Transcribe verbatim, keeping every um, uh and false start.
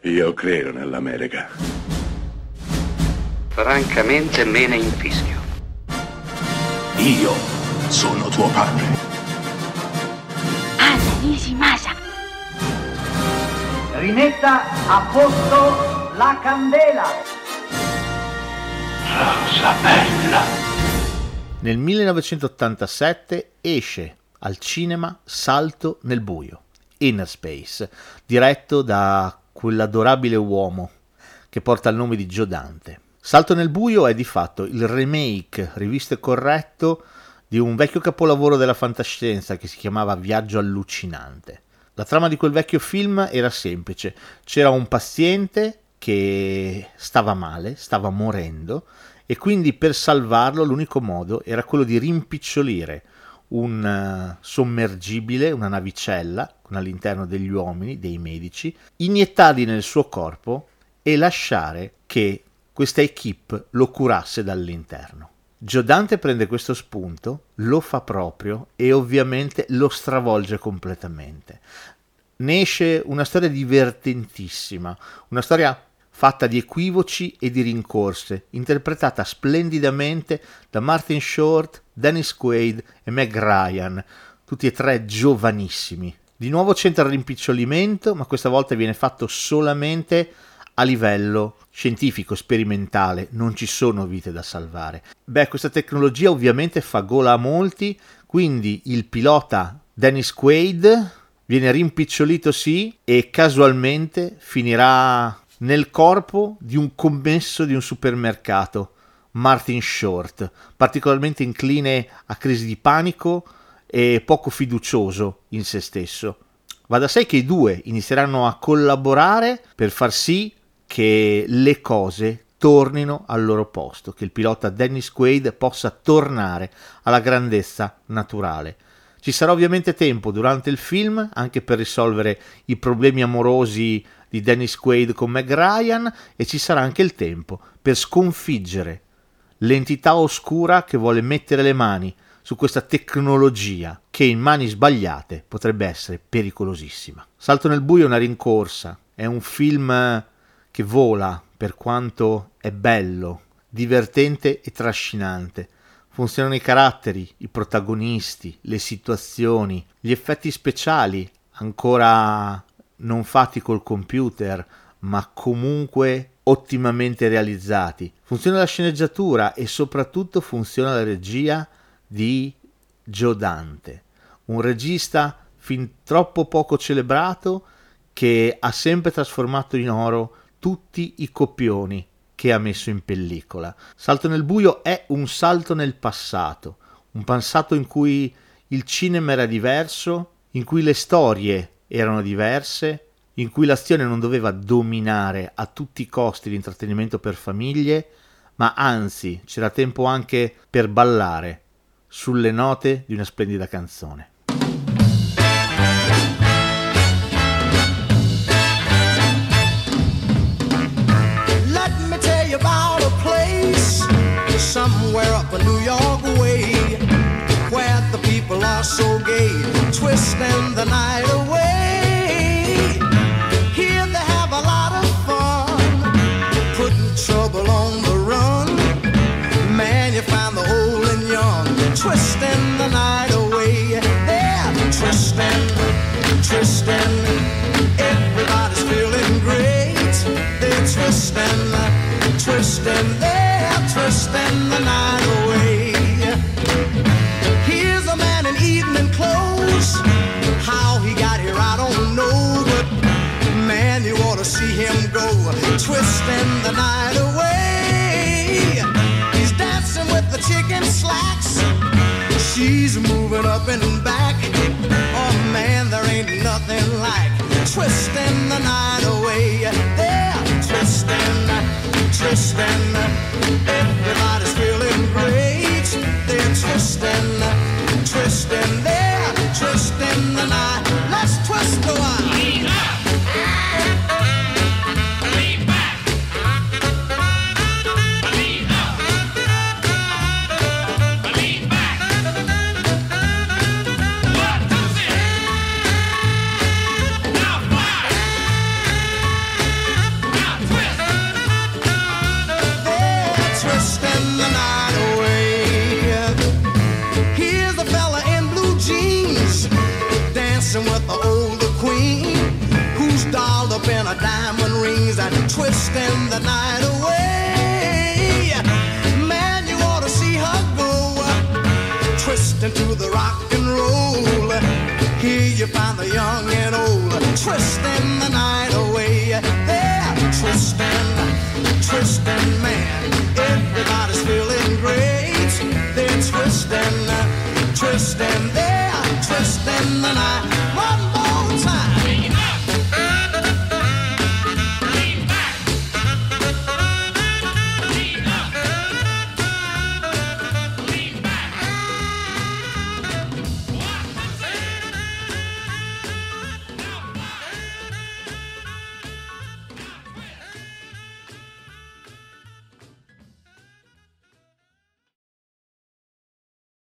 Io credo nell'America. Francamente me ne infischio. Io sono tuo padre. Anna Nishimasa. Rimetta a posto la candela. Rosa bella. Nel millenovecentottantasette esce al cinema Salto nel buio, Inner Space, diretto da quell'adorabile uomo che porta il nome di Joe Dante. Salto nel buio è di fatto il remake rivisto e corretto di un vecchio capolavoro della fantascienza che si chiamava Viaggio allucinante. La trama di quel vecchio film era semplice: c'era un paziente che stava male, stava morendo, e quindi per salvarlo l'unico modo era quello di rimpicciolire un sommergibile, una navicella con all'interno degli uomini, dei medici, iniettarli nel suo corpo e lasciare che questa equipe lo curasse dall'interno. Joe Dante prende questo spunto, lo fa proprio e ovviamente lo stravolge completamente. Ne esce una storia divertentissima, una storia fatta di equivoci e di rincorse, interpretata splendidamente da Martin Short, Dennis Quaid e Meg Ryan, tutti e tre giovanissimi. Di nuovo c'entra il rimpicciolimento, ma questa volta viene fatto solamente a livello scientifico, sperimentale, non ci sono vite da salvare. Beh, questa tecnologia ovviamente fa gola a molti, quindi il pilota Dennis Quaid viene rimpicciolito sì, e casualmente finirà nel corpo di un commesso di un supermercato, Martin Short, particolarmente incline a crisi di panico e poco fiducioso in se stesso. Va da sé che i due inizieranno a collaborare per far sì che le cose tornino al loro posto, che il pilota Dennis Quaid possa tornare alla grandezza naturale. Ci sarà ovviamente tempo durante il film anche per risolvere i problemi amorosi di Dennis Quaid con Meg Ryan, e ci sarà anche il tempo per sconfiggere l'entità oscura che vuole mettere le mani su questa tecnologia che in mani sbagliate potrebbe essere pericolosissima. Salto nel buio è una rincorsa, è un film che vola per quanto è bello, divertente e trascinante. Funzionano i caratteri, i protagonisti, le situazioni, gli effetti speciali ancora non fatti col computer, ma comunque ottimamente realizzati. Funziona la sceneggiatura e soprattutto funziona la regia di Joe Dante, un regista fin troppo poco celebrato che ha sempre trasformato in oro tutti i copioni che ha messo in pellicola. Salto nel buio è un salto nel passato, un passato in cui il cinema era diverso, in cui le storie erano diverse, in cui l'azione non doveva dominare a tutti i costi l'intrattenimento per famiglie, ma anzi c'era tempo anche per ballare sulle note di una splendida canzone. Let me tell you about a place somewhere up a New York way where the people are so gay, twisting the night away. Here they have a lot of fun, putting trouble on the run. Man, you find the old and young, twisting the night away. They're twisting, twisting, everybody's feeling great. They're twisting, twisting, they're twisting the night away. Here's a man in evening clothes, how he got here I don't know, but man, you ought to see him go, twisting the night away. He's dancing with the chicken slacks, she's moving up and back. Oh man, there ain't nothing like twisting the night away. They're twisting, twisting, everybody's feeling great. They're twisting, twisting, they're twisting the night. Let's twist the wine. Lean up. Lean back. Lean up. Lean back. What does it? Now fly. up in a diamond rings and twisting the night away. Man, you ought to see her go, twisting to the rock and roll. Here you find the young and old, twisting the night away.